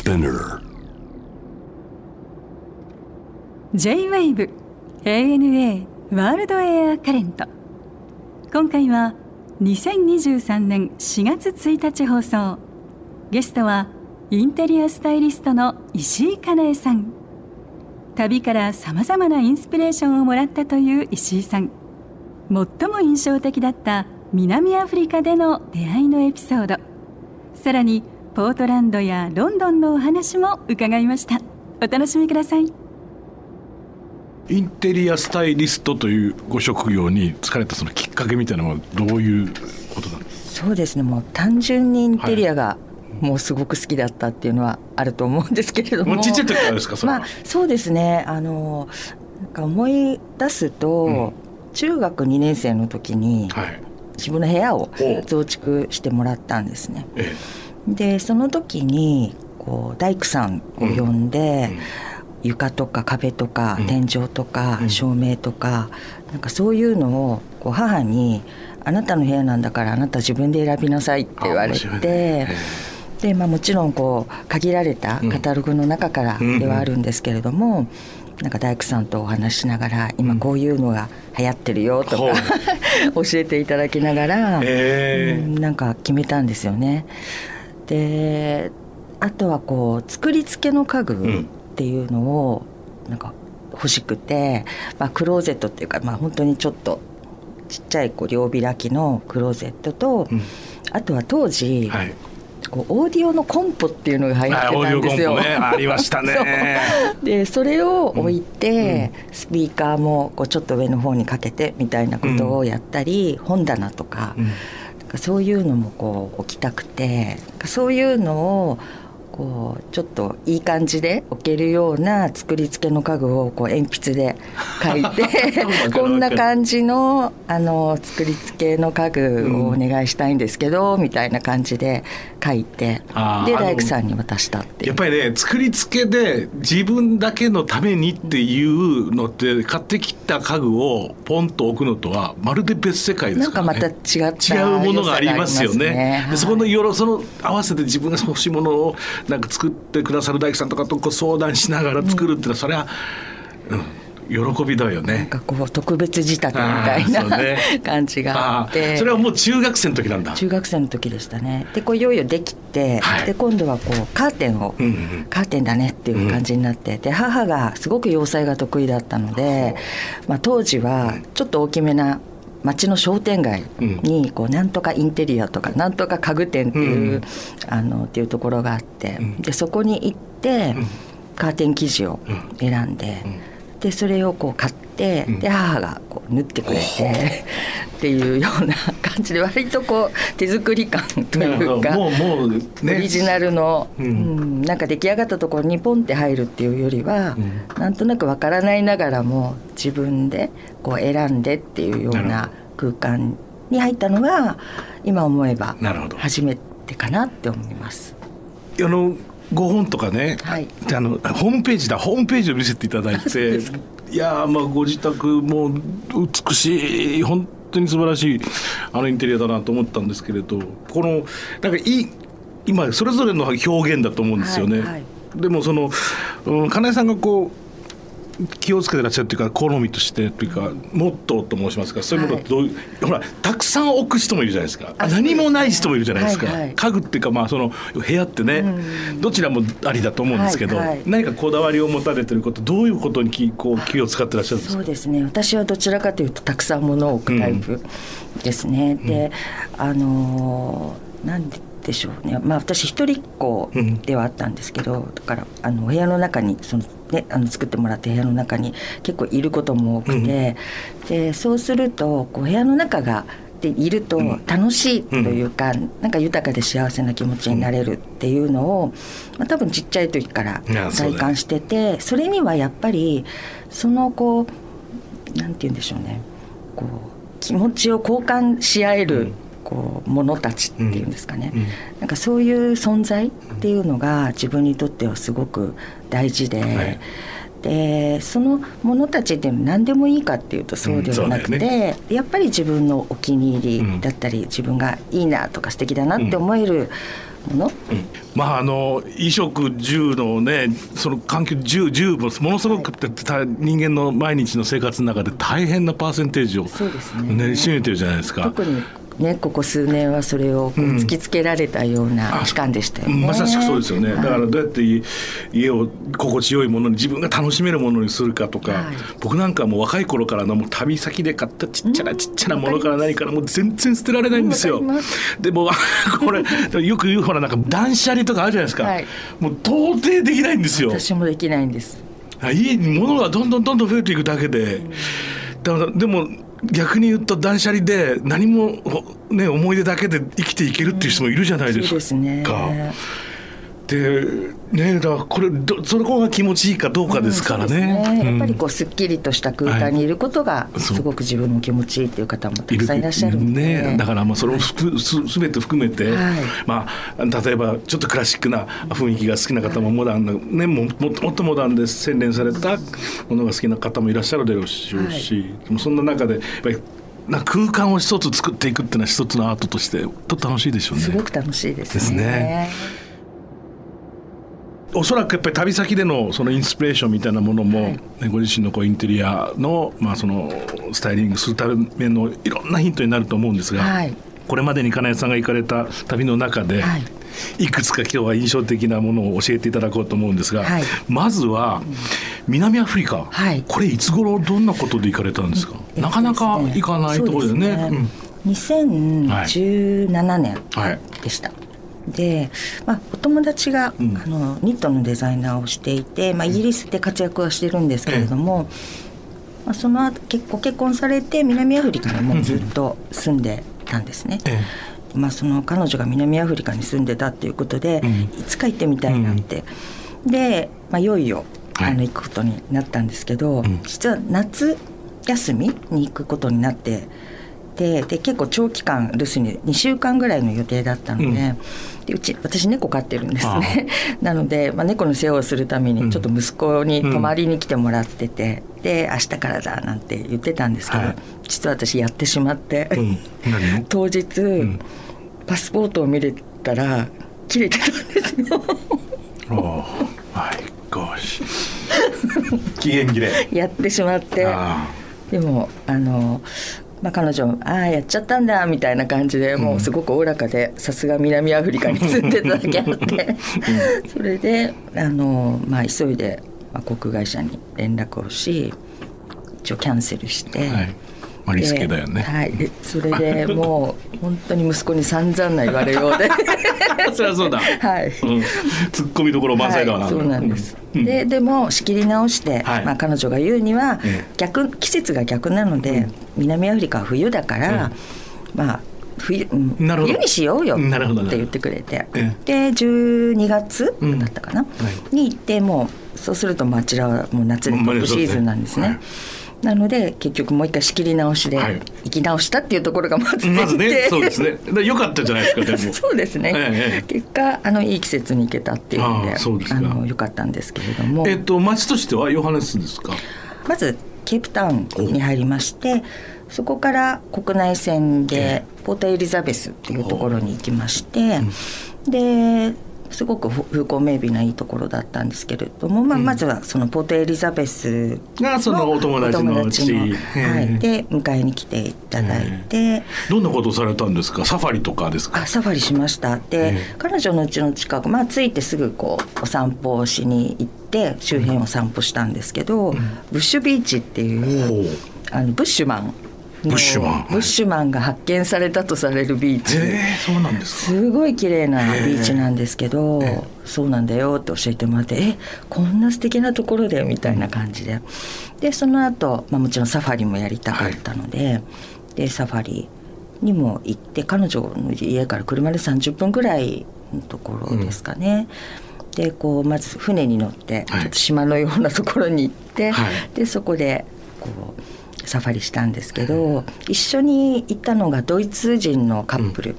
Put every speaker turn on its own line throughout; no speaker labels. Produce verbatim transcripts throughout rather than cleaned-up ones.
Spinner
J-Wave エーエヌエー ワールドエアカレント。今回はにせんにじゅうさんねんしがつついたち放送。ゲストはインテリアスタイリストの石井かなえさん。旅からさまざまなインスピレーションをもらったという石井さん。最も印象的だった南アフリカでの出会いのエピソード、さらにポートランドやロンドンのお話も伺いました。お楽しみください。
インテリアスタイリストというご職業に就かれたそのきっかけみたいなのはどういうことなんですか？
そうですね、もう単純にインテリアがもうすごく好きだったっていうのはあると思うんですけれども、
もうちっちゃい時からですか？それは、
まあ、そうですね、あのなんか思い出すと、うん、中学にねん生の時に、はい、自分の部屋を増築してもらったんですね。ええ、でその時にこう大工さんを呼んで、うんうん、床とか壁とか天井とか照明とか、うん、なんかそういうのをこう母に、あなたの部屋なんだからあなた自分で選びなさいって言われて、で、まあ、もちろんこう限られたカタログの中からではあるんですけれども、うん、なんか大工さんとお話しながら、今こういうのが流行ってるよとか、うん、教えていただきながら、えーうん、なんか決めたんですよね。であとはこう作り付けの家具、うんっていうのをなんか欲しくて、まあ、クローゼットっていうか、まあ、本当にちょっとちっちゃいこう両開きのクローゼットと、うん、あとは当時、はい、こうオーディオのコンポっていうのが流行ってたんですよ。
オーディオコンポね、ありましたね。
そでそれを置いて、うん、スピーカーもこうちょっと上の方にかけてみたいなことをやったり、うん、本棚とか、うん、なんかそういうのもこう置きたくて、そういうのをこうちょっといい感じで置けるような作り付けの家具をこう鉛筆で書いてこんな感じ の, あの作り付けの家具をお願いしたいんですけど、うん、みたいな感じで書いて、で大工さんに渡したっていう。
やっぱりね、作り付けで自分だけのためにっていうのって、買ってきた家具をポンと置くのとはまるで別世界ですからね。
なんかまた違った
違うものがありますよね。でそこのよろその合わせて自分が欲しいものをなんか作ってくださる大工さんとかとこう相談しながら作るっていうのは、それは、うん、喜びだよね。
なんかこう特別仕立てみたいな、ね、感じがあって。
それはもう中学生の時なんだ。
中学生の時でしたね。でこういよいよできて、はい、で今度はこうカーテンを、うんうん、カーテンだねっていう感じになって、うん、で母がすごく洋裁が得意だったので、まあ、当時はちょっと大きめな町の商店街にこうなんとかインテリアとかなんとか家具店っていう、うん、あのっていうところがあって、うん、でそこに行って、うん、カーテン生地を選んで、うん、でそれをこう買って、うん、で母がこう縫ってくれてっていうような感じで、割とこう手作り感というか、もうもう、ね、オリジナルの、うんうん、なんか出来上がったところにポンって入るっていうよりは、うん、なんとなくわからないながらも自分でこう選んでっていうような空間に入ったのが今思えば初めてかなって思います。
あのご本とかね、はい、あのホームページだホームページを見せていただいていやまあご自宅も美しい、本当に素晴らしいあのインテリアだなと思ったんですけれど、このなんかいい今それぞれの表現だと思うんですよね、はいはい、でもその、うん、金井さんがこう気をつけてらっしゃるというか、好みとしてというかモットーと申しますか、そういうものってどういう、はい、ほらたくさん置く人もいるじゃないですか、あ何もない人もいるじゃないですか、はいはい、家具っていうか、まあ、その部屋ってね、どちらもありだと思うんですけど、はいはい、何かこだわりを持たれてること、どういうことに気、こう気を使ってらっしゃるんですか？
そうですね、私はどちらかというとたくさん物を置くタイプですね、うん、で、あのー、なんででしょうね、まあ、私一人っ子ではあったんですけど、うん、だからあの部屋の中にその、ね、あの作ってもらった部屋の中に結構いることも多くて、うん、でそうするとこう部屋の中がでいると楽しいというか、うん、なんか豊かで幸せな気持ちになれるっていうのを、まあ、多分ちっちゃい時から体感してて、それにはやっぱりそのこうなんて言うんでしょうね、こう気持ちを交換し合える、うんこう物たちっていうんですかね、うんうん、なんかそういう存在っていうのが自分にとってはすごく大事で、はい、 でそのものたちでも何でもいいかっていうとそうではなくて、うんね、やっぱり自分のお気に入りだったり、うん、自分がいいなとか素敵だなって思えるもの、
うんうん、まああの衣食住のねその環境住住もものすごく、はい、人間の毎日の生活の中で大変なパーセンテージを、ね、
そうですね、
占めてるじゃないですか。
特にね、ここ数年はそれを突きつけられたような期間でしたよね、
うん、まさしくそうですよね、はい、だからどうやって家を心地よいものに自分が楽しめるものにするかとか、はい、僕なんかもう若い頃からのもう旅先で買ったちっちゃなちっちゃなものから何からもう全然捨てられないんですよ。でもこれよく言うほらなんか断捨離とかあるじゃないですか、はい、もう到底できないんですよ。
私もできないんです。
家に物がどんどんどんどん増えていくだけで、うん、だからでも逆に言うと断捨離で何も、ね、思い出だけで生きていけるっていう人もいるじゃないですか、うん、そうですね。でね、だからこれどそこが気持ちいいかどうかですからね、
うんね、やっぱりこうすっきりとした空間にいることがすごく自分も気持ちいいっていう方もたくさんいらっしゃるんで、
ね、だからもうそれをすべて含めて、はいまあ、例えばちょっとクラシックな雰囲気が好きな方もモダンな、ね、も, もっとモダンで洗練されたものが好きな方もいらっしゃるでしょうし、はい、でもそんな中でやっぱりな空間を一つ作っていくっていうのは一つのアートとしてと楽しいでしょうね。
すごく楽しいですね。
ですね。おそらくやっぱり旅先でのそのインスピレーションみたいなものも、はいね、ご自身のこうインテリアの、まあ、そのスタイリングするためのいろんなヒントになると思うんですが、はい、これまでに金谷さんが行かれた旅の中で、はい、いくつか今日は印象的なものを教えていただこうと思うんですが、はい、まずは南アフリカ、はい、これいつ頃どんなことで行かれたんですか？うん、なかなか行かないところですね。うん、
にせんじゅうななねんでした。はいでまあ、お友達が、うん、あのニットのデザイナーをしていて、まあ、イギリスで活躍はしてるんですけれども、ええまあ、その後結構結婚されて南アフリカにもずっと住んでたんですね、ええまあ、その彼女が南アフリカに住んでたっていうことで、うん、いつか行ってみたいなって、うん、で、まあ、いよいよあの行くことになったんですけど、うん、実は夏休みに行くことになってでで結構長期間留守ににしゅうかんぐらいの予定だったので、うん、でうち私猫飼ってるんですねなので、まあ、猫の世話をするためにちょっと息子に泊まりに来てもらってて、うん、で明日からだなんて言ってたんですけど、はい、実は私やってしまって、うん、当日、うん、パスポートを見れたら切れてたんですよ
oh my gosh 期限切れ
やってしまって、でもあのまあ、彼女ああやっちゃったんだみたいな感じでもうすごくおおらかで、さすが南アフリカに住んでただけあって、うん、それであの、まあ、急いで、まあ、航空会社に連絡をし一応キャンセルして、はい
まあ、リスケだよね、
はい、それでもう本当に息子に散々な言われようで
そりゃそうだ、
はい、
うん、ツッコミどころ満載だわな、
はい、そうなんです、うん、で, でも仕切り直して、はいまあ、彼女が言うには、うん、逆季節が逆なので、うん、南アフリカは冬だから、うんまあ 冬, 冬にしようよって言ってくれて、でじゅうにがつだったかな、うんはい、に行ってもうそうするとあちらはもう夏でトップシーズンなんですね、はいなので結局もう一回仕切り直しで行き直したっていうところがまずできて、
まずね、そうですね。だよかったじゃないですか。でも
そうですね、ええ、結果あのいい季節に行けたっていうので、あそうですか、あのよかったんですけれども、
えっと町としてはヨハネスですか？
まずケープタウンに入りまして、そこから国内線でポートエリザベスっていうところに行きまして、ですごく風光明媚ないいところだったんですけれども、まあ、まずはそのポートエリザベス
がそのお友達のうち、
はい、で迎えに来ていただいて、
どんなことをされたんですか？サファリとかですか？
あサファリしました。で彼女のうちの近く、まあ、着いてすぐこうお散歩をしに行って周辺を散歩したんですけど、うん、ブッシュビーチっていう、うん、あのブッシュマン
ブッシュマン、
ブッシュマンが発見されたとされるビーチ、
えー、そうなんですか。
すごい綺麗なビーチなんですけど、えー、そうなんだよって教えてもらって、えこんな素敵なところでみたいな感じで、でその後、まあ、もちろんサファリもやりたかったので、はい、でサファリにも行って、彼女の家から車でさんじゅっぷんぐらいのところですかね、うん、でこうまず船に乗ってちょっと島のようなところに行って、はい、でそこでこうサファリしたんですけど、一緒に行ったのがドイツ人のカップル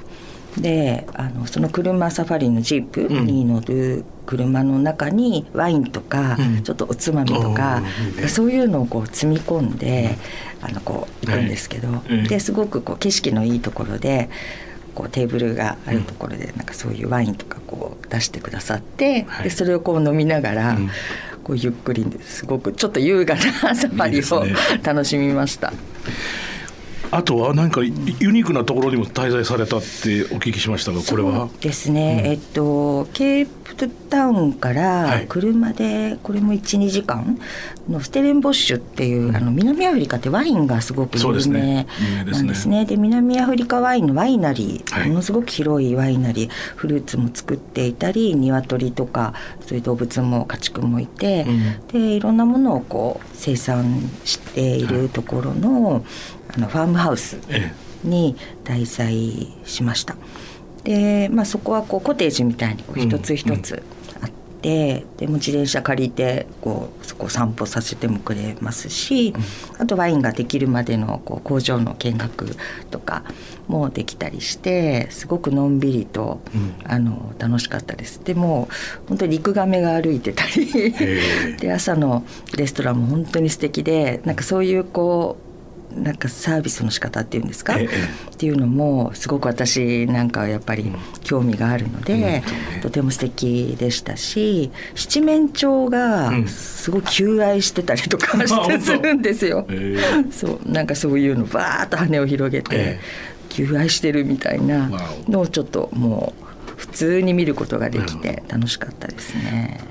であのその車サファリのジープに乗る車の中にワインとか、うん、ちょっとおつまみとか、うん、そういうのをこう積み込んで、うん、あのこう行くんですけど、はい、ですごくこう景色のいいところでこうテーブルがあるところでなんかそういうワインとかこう出してくださって、はい、でそれをこう飲みながら、うん、こうゆっくりですごくちょっと優雅なサファリをいい、ね、楽しみました。
あとは何かユニークなところにも滞在されたってお聞きしましたが、これは
そうですね、うん、えっとケープタウンから車でこれも いち,に 時間のステレンボッシュっていう、うん、あの南アフリカってワインがすごく有名なんですね。で南アフリカワインのワイナリー、はい、ものすごく広いワイナリー、フルーツも作っていたり鶏とかそういう動物も家畜もいて、うん、でいろんなものをこう生産しているところの、はいあのファームハウスに滞在しました。で、まあ、そこはこうコテージみたいにこう一つ一つあって、うん、でも自転車借りてこうそこを散歩させてもくれますし、うん、あとワインができるまでのこう工場の見学とかもできたりしてすごくのんびりと、うん、あの楽しかったです。でも本当にリクガメが歩いてたりで朝のレストランも本当に素敵でなんかそういうこうなんかサービスの仕方っていうんですか、ええ、っていうのもすごく私なんかはやっぱり興味があるので、うんね、とても素敵でしたし七面鳥がすごい求愛してたりとかしてするんですよ、うんええ、そうなんかそういうのバーッと羽を広げて、え、求愛してるみたいなのをちょっともう普通に見ることができて楽しかったですね。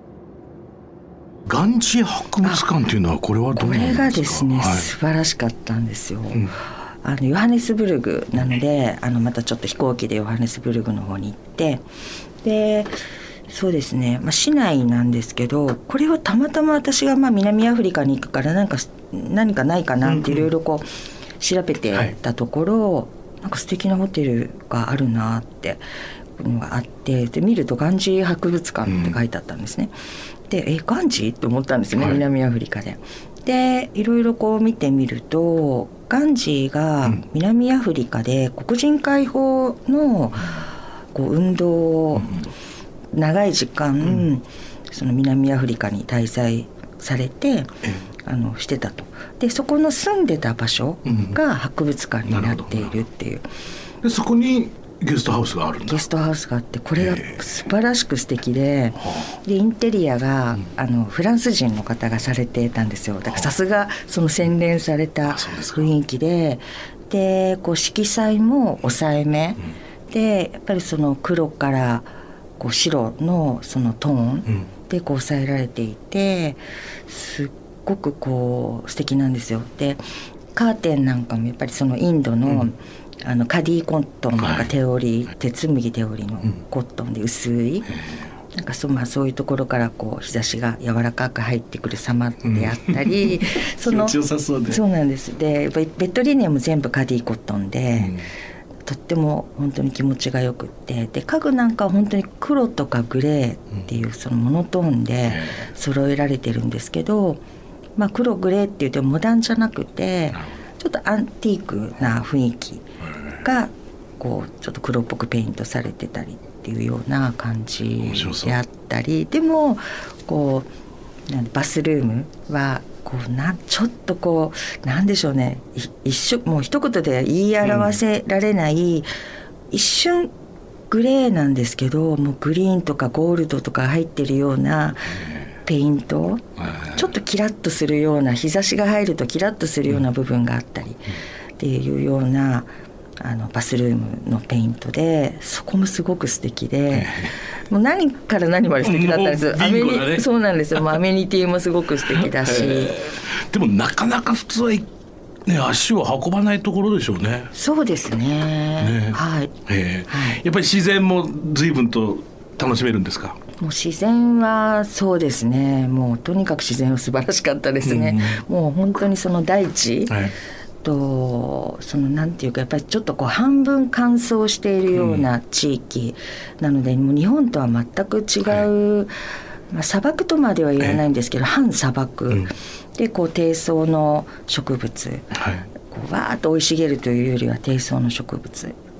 ガンジー博物館というのはこれはどうなんですか？
これがですね、はい、素晴らしかったんですよ、うん、あのヨハネスブルグなのであのまたちょっと飛行機でヨハネスブルグの方に行ってでそうですね、まあ、市内なんですけどこれはたまたま私がまあ南アフリカに行くから何か何かないかなっていろいろこう調べてたところ、うんうんはい、なんか素敵なホテルがあるなってのがあってで見るとガンジー博物館って書いてあったんですね、うん、でえガンジーって思ったんですね、はい、南アフリカででいろいろこう見てみるとガンジーが南アフリカで黒人解放のこう運動を長い時間、うん、その南アフリカに滞在されて、うん、あのしてたとでそこの住んでた場所が博物館になっているっていう、
うん、でそこにゲストハウスがあるんだ。
ゲストハウスがあってこれが素晴らしく素敵で、でインテリアが、うん、あのフランス人の方がされてたんですよ。だからさすがその洗練された雰囲気で、でこう色彩も抑えめ、うん、でやっぱりその黒からこう白のそのトーンでこう抑えられていてすっごくこう素敵なんですよ。でカーテンなんかもやっぱりそのインドの、うんあのカディコットンとか手織り、はい、手紡ぎ手織りのコットンで薄い、うん、なんか そ,、まあ、そういうところからこう日差しが柔らかく入ってくる様であったり、うん、
その気持ちよさそうで
そうなんですでベッドリネンも全部カディコットンで、うん、とっても本当に気持ちがよくってで家具なんかは本当に黒とかグレーっていうそのモノトーンで揃えられてるんですけど、まあ、黒グレーっていうとモダンじゃなくてちょっとアンティークな雰囲気がこうちょっと黒っぽくペイントされてたりっていうような感じであったりでもこうバスルームはこうなちょっとこうなんでしょうね一緒もう一言で言い表せられない、うん、一瞬グレーなんですけどもうグリーンとかゴールドとか入ってるようなペイントちょっとキラッとするような日差しが入るとキラッとするような部分があったりっていうようなあのバスルームのペイントでそこもすごく素敵でもう何から何まで素敵だったんですよ、ね、そうなんですよもうアメニティもすごく素敵だし
でもなかなか普通は、ね、足を運ばないところでしょうね。
そうです ね, ね、はい
えーはい、やっぱり自然も随分と楽しめるんですか？
もう自然はそうですねもうとにかく自然は素晴らしかったですね、うん、もう本当にその大地、はいとそのなんていうかやっぱりちょっとこう半分乾燥しているような地域なので、うん、もう日本とは全く違う、はいまあ、砂漠とまでは言わないんですけど半砂漠、うん、でこう低層の植物、はい、こうわーっと生い茂るというよりは低層の植物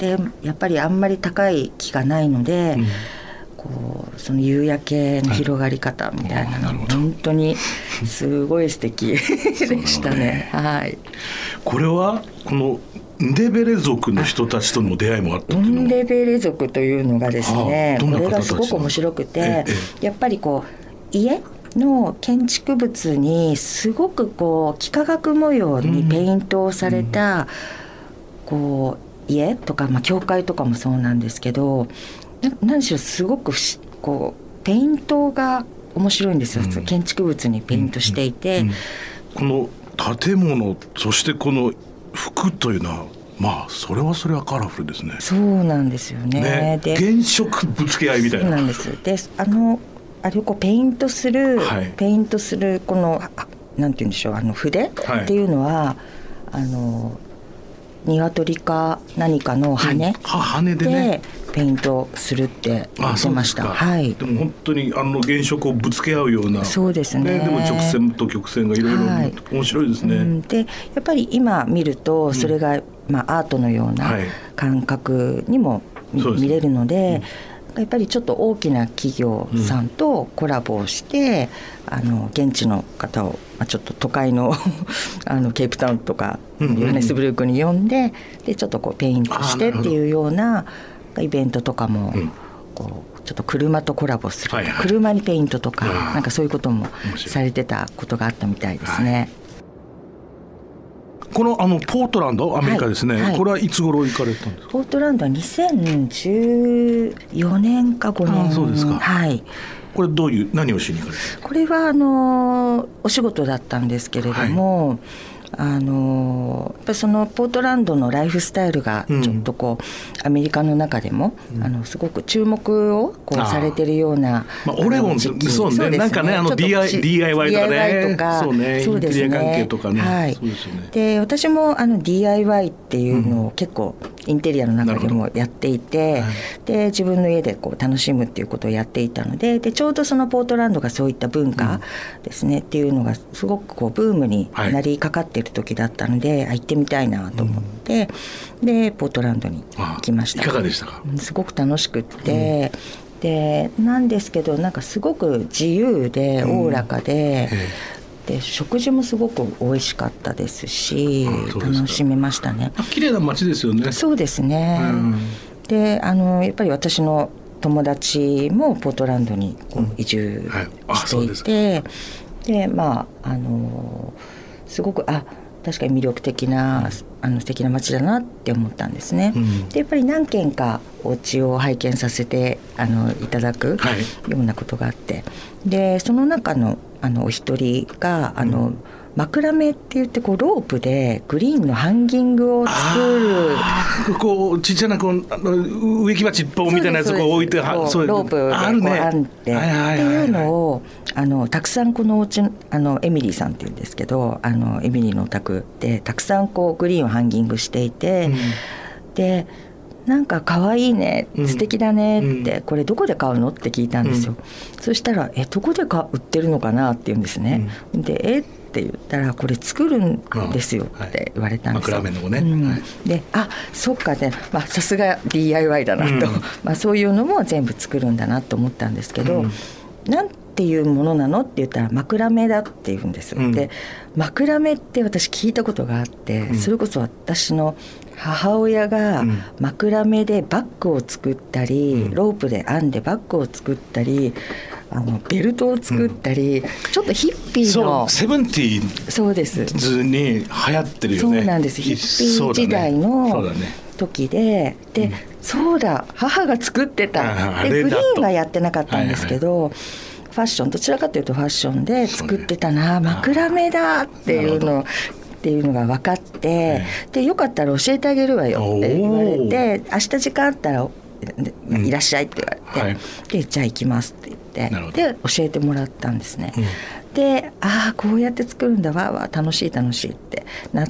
でやっぱりあんまり高い木がないので、うん、こうその夕焼けの広がり方みたいなのも本当にすごい素敵でしたね。はい、
これはこのンデベレ族の人たちとの出会いもあったっていうのは、
ンデベレ族というのがですね、これがすごく面白くて、ええ、やっぱりこう家の建築物にすごくこう幾何学模様にペイントをされた、うん、こう家とか、まあ、教会とかもそうなんですけど、何しろすごくこうペイントが面白いんですよ、うん、建築物にペイントしていて、うんうん、
この建物そしてこの服というのはまあそれはそれはカラフルですね。
そうなんですよ ね,
ねで原色ぶつけ合いみたいな。
そうなんです。であのあれをこうペイントする、はい、ペイントするこのなんて言うんでしょう、あの筆っていうのは、はい、あの鶏か何かの羽、うん、
羽でね
ペイントするって言ってました。はい、
でも本当にあの原色をぶつけ合うような。
そうですね。
ねでも直線と曲線がいろいろ面白いですね。はい、うん、
でやっぱり今見るとそれが、うんまあ、アートのような感覚にも 見,、はい、見れるので、うん、やっぱりちょっと大きな企業さんとコラボをして、うん、あの現地の方を、まあ、ちょっと都会の, あのケープタウンとか、うんうんうん、ヨハネスブルクに呼んで、でちょっとこうペイントしてっていうようなイベントとかも、うん、こうちょっと車とコラボする、はいはい、車にペイントとかなんかそういうこともされてたことがあったみたいですね。はい、
このあのポートランドアメリカですね、はいはい、これはいつ頃行かれたんですか？
ポートランドはにせんじゅうよねんかごねん。
あ、そうですか。
はい。
これどういう何をしに行かれたんですか？
これはあのお仕事だったんですけれども、はい、あのやっぱりそのポートランドのライフスタイルがちょっとこう、うん、アメリカの中でも、うん、あのすごく注目をこうされてるような、
まあ、オレゴンそうね、そうですね、なんかねあの ディーアイワイ とかね、
ディーアイワイ とか
そうね、
そうですね、
インテリア関係とかね、
はい、
そうですよね。
で私もあの ディーアイワイ っていうのを結構インテリアの中でもやっていて、はい、で自分の家でこう楽しむっていうことをやっていたので、でちょうどそのポートランドがそういった文化ですね、うん、っていうのがすごくこうブームになりかかっている時だったので、はい、行ってみたいなと思って、うん、でポートランドに行きました。
いかがでしたか？
すごく楽しくって、うん、でなんですけどなんかすごく自由でおおらかで、うん、で食事もすごく美味しかったですし、うん、楽しめましたね。
綺麗な街ですよね。
そうですね、うん、であのやっぱり私の友達もポートランドにこう移住していて、うんはい、で, でまああのすごくあ確かに魅力的な、あの素敵な街だなって思ったんですね。うん、でやっぱり何軒かお家を拝見させてあのいただくようなことがあって、はい、でその中のあのお一人があの、うんマクラメって言ってこうロープでグリーンのハンギングを作
る、こうちっちゃなこうあの植木鉢一本みたいなやつを置いて
はそうロープでこう編んでっていうのをあのたくさんこのお家あのエミリーさんっていうんですけど、あのエミリーのお宅でたくさんこうグリーンをハンギングしていて、うん、でなんか可愛いね、素敵だねって、うん、これどこで買うのって聞いたんですよ。うん、そしたらえどこでか売ってるのかなって言うんですね。うん、でえって言ったらこれ作るんですよって言われたんですよ。
マクラメのね、
うん
はい、
であそっかね、まあ、さすが ディーアイワイ だなと、うんまあ、そういうのも全部作るんだなと思ったんですけど、うん、なんていうものなのって言ったらマクラメだって言うんです、うん、でマクラメって私聞いたことがあって、うん、それこそ私の母親がマクラメでバッグを作ったり、うん、ロープで編んでバッグを作ったりあのベルトを作ったり、うん、ちょっとヒッピーの
そうセブンティー
そうです
に流行ってるよね。
そうなんです。ヒッピー時代の時で、で、うん、そうだ母が作ってたでグリーンはやってなかったんですけど、はいはい、ファッションどちらかというとファッションで作ってたな、ね、マクラメだっていうのっていうのが分かって、でよかったら教えてあげるわよって言われて、明日時間あったらいらっしゃいって言われて、うんはい、でじゃあ行きますって言ってで教えてもらったんですね。うん、でああこうやって作るんだわわ楽しい楽しいってなって、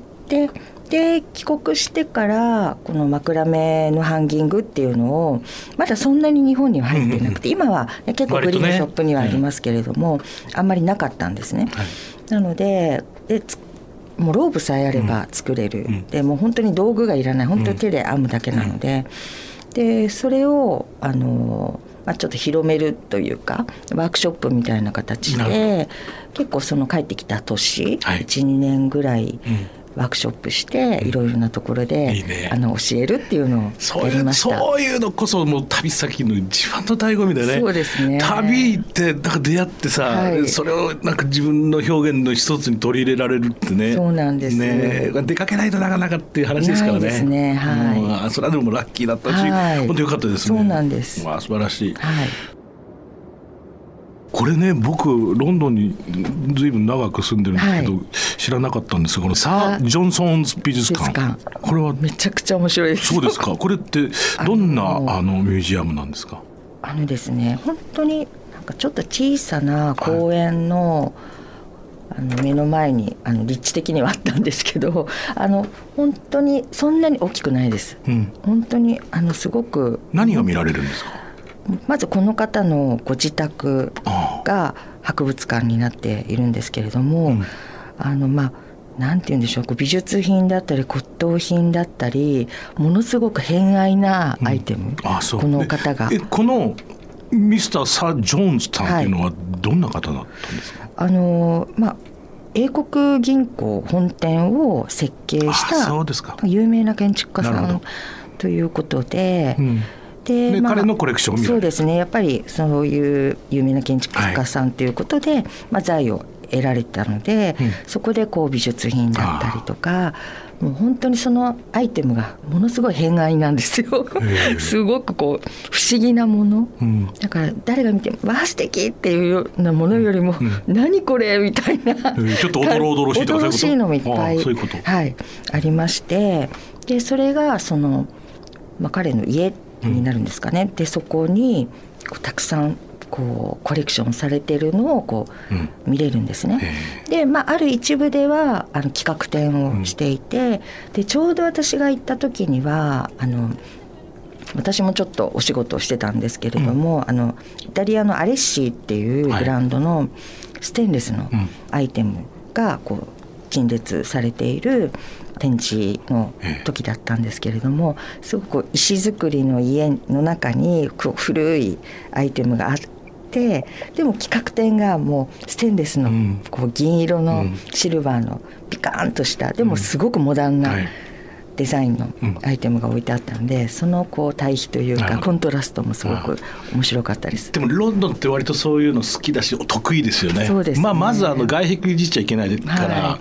で帰国してからこのマクラメのハンギングっていうのをまだそんなに日本には入っていなくて、うんうん、今は、ね、結構グリーンショップにはありますけれども、ね、あんまりなかったんですね。はい、なのででもうローブさえあれば作れる、うん、でもう本当に道具がいらない、本当に手で編むだけなので、うん、でそれをあの、まあ、ちょっと広めるというかワークショップみたいな形で結構その帰ってきた年、はい、いちにねんぐらい、うんワークショップしていろいろなところで、うんいいね、あの教えるっていうのをやりました。
そういう、そういうのこそもう旅先の一番の醍醐味だね。
そうですね。
旅行ってなんか出会ってさ、はい、それをなんか自分の表現の一つに取り入れられるってね。
そうなんですね。
出かけないとなかなかっていう話ですからね。
ないですね。はい。
それはでもラッキーだったし、はい、本当良かったですね。
そうなんです。
まあ素晴らしい。
はい。
これね僕ロンドンにずいぶん長く住んでるんですけど、はい、知らなかったんですがこのサー・ジョンソンズ美術館これは
めちゃくちゃ面白いです。
そうですか。これってどんなあのあのミュージアムなんですか。
あのですね本当になんかちょっと小さな公園の、はい、あの目の前にあの立地的にはあったんですけどあの本当にそんなに大きくないです、うん、本当にあのすごく
何が見られるんですか。
まずこの方のご自宅が博物館になっているんですけれども、うん、あのまあなんて言うんでしょう美術品だったり骨董品だったりものすごく偏愛なアイテム、うん、あそうこの方が
えこのミスター・サー・ジョーンズさんっていうのはどんな方だったんですか。はい、
あのまあ英国銀行本店を設計した有名な建築家さんということで、うん
でまあ、彼のコレクションを見られる。
そうですねやっぱりそういう有名な建築家さんということで、はいまあ、財を得られたので、うん、そこでこう美術品だったりとかもう本当にそのアイテムがものすごい偏愛なんですよすごくこう不思議なもの、うん、だから誰が見てもわあ素敵っていうようなものよりも、うん、何これみたいな、
えー、ちょっとおどろおどろしいとか
そういうこと、驚ろしいのもいっぱい
あ, そういうこと、
はい、ありましてでそれがその、まあ、彼の家になるんですかね、うん、でそこにこうたくさんこうコレクションされてるのをこう、うん、見れるんですね。で、まあ、ある一部ではあの企画展をしていて、うん、でちょうど私が行った時にはあの私もちょっとお仕事をしてたんですけれども、うん、あのイタリアのアレッシーっていうブランドのステンレスのアイテムがこう陳列されている展示の時だったんですけれどもすごく石造りの家の中に古いアイテムがあってでも企画展がもうステンレスのこう銀色のシルバーのピカーンとしたでもすごくモダンなデザインのアイテムが置いてあったのでそのこう対比というかコントラストもすごく面白かったです。
でもロンドンって割とそういうの好きだし得意ですよね。
そうですね。
まあ、まずあの外壁いじっちゃいけないから、はい、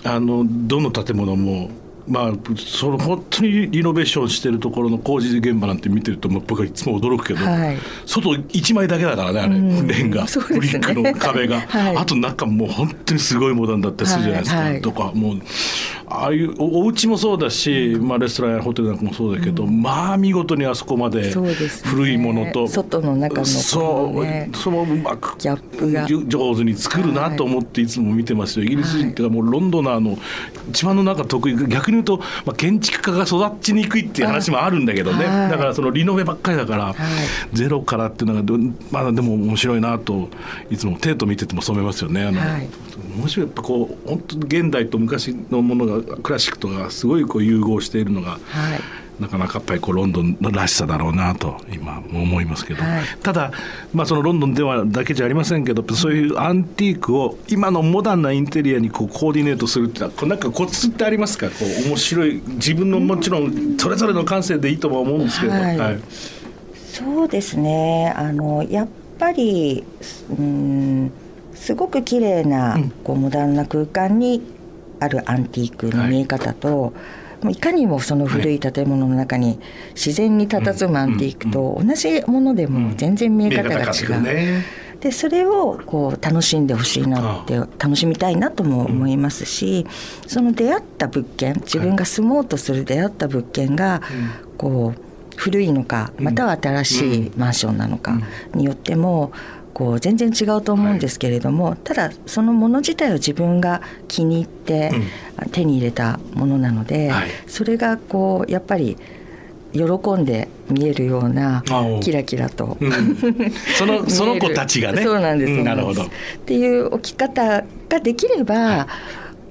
あのどの建物もまあ、その本当にリノベーションしてるところの工事現場なんて見てると僕はいつも驚くけど、はい、外いちまいだけだからねあれ、うん、レンガ、ね、ブリックの壁が、はい、あと中もう本当にすごいモダンだったりするじゃないですか、はいはい、とかもうああいうお家もそうだし、まあ、レストランやホテルなんかもそうだけど、うん、まあ見事にあそこまで古いものと、
ね、外の中のこの、ね、
そうそのうまく
ギャップが
上手に作るなと思っていつも見てますよ。イギリス人っていうかもうロンドナーの一番の中得意逆に言うと、まあ、建築家が育ちにくいっていう話もあるんだけどね、はい、だからそのリノベばっかりだから、はい、ゼロからっていうのがまだでも面白いなといつもテート見てても染めますよね。あの、はい、面白いやっぱこう本当現代と昔のものがクラシックとかすごいこう融合しているのが、はい、なかなかやっぱりこうロンドンらしさだろうなと今思いますけど、はい、ただ、まあ、そのロンドンではだけじゃありませんけどそういうアンティークを今のモダンなインテリアにこうコーディネートするってのはこうなんかコツってありますか。こう面白い自分のもちろんそれぞれの感性でいいとは思うんですけど、はいはい、
そうですねあのやっぱりうんすごく綺麗なこうモダンな空間にあるアンティークの見え方と、はい、いかにもその古い建物の中に自然に佇むアンティークと同じものでも全然見え方が違う、ね、でそれをこう楽しんでほしいなって楽しみたいなとも思いますし、その出会った物件自分が住もうとする出会った物件がこう古いのかまたは新しいマンションなのかによってもこう全然違うと思うんですけれども、はい、ただそのもの自体を自分が気に入って手に入れたものなので、はい、それがこうやっぱり喜んで見えるようなキラキラと、うん、
そのその子たちがね
そうなんです、
うん、なるほど
っていう置き方ができれば、はい、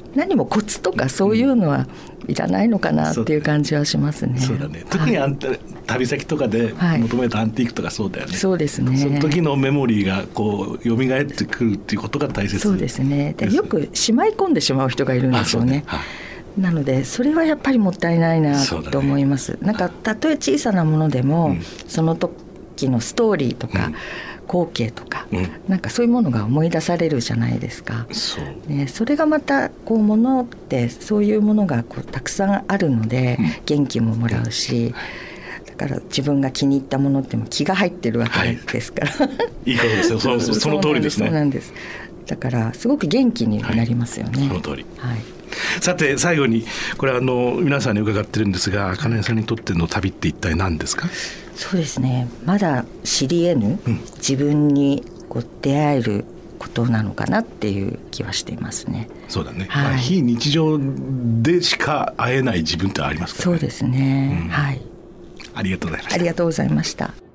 何もコツとかそういうのはいらないのかなっていう感じはしますね。
そうだね。特にあんた、はい、旅先とかで求めたアンティークとかそうだよね。
そうですね。
その時のメモリーがこう蘇ってくるっていうことが大切です。
そうですね。でよくしまい込んでしまう人がいるんですよね。なのでそれはやっぱりもったいないなと思います、ね、なんかたとえ小さなものでも、うん、その時のストーリーとか、うん、光景とか、うん、なんかそういうものが思い出されるじゃないですか。
そう、
ね、それがまたこう物ってそういうものがこうたくさんあるので、うん、元気ももらうし、だから自分が気に入ったものっても気が入ってるわけですから、
はい、いいことですよ。そ, その通りですね。
そうなんです。だからすごく元気になりますよね、
はい、その通り、
はい。
さて最後にこれあの皆さんに伺ってるんですが、金井さんにとっての旅って一体何ですか？
そうですね、まだ知り得ぬ、うん、自分にこう出会えることなのかなっていう気はしていますね。
そうだね、はい、まあ、非日常でしか会えない自分ってありますからね。
そうですね、うん、はい。
ありがとうございました。
ありがとうございました。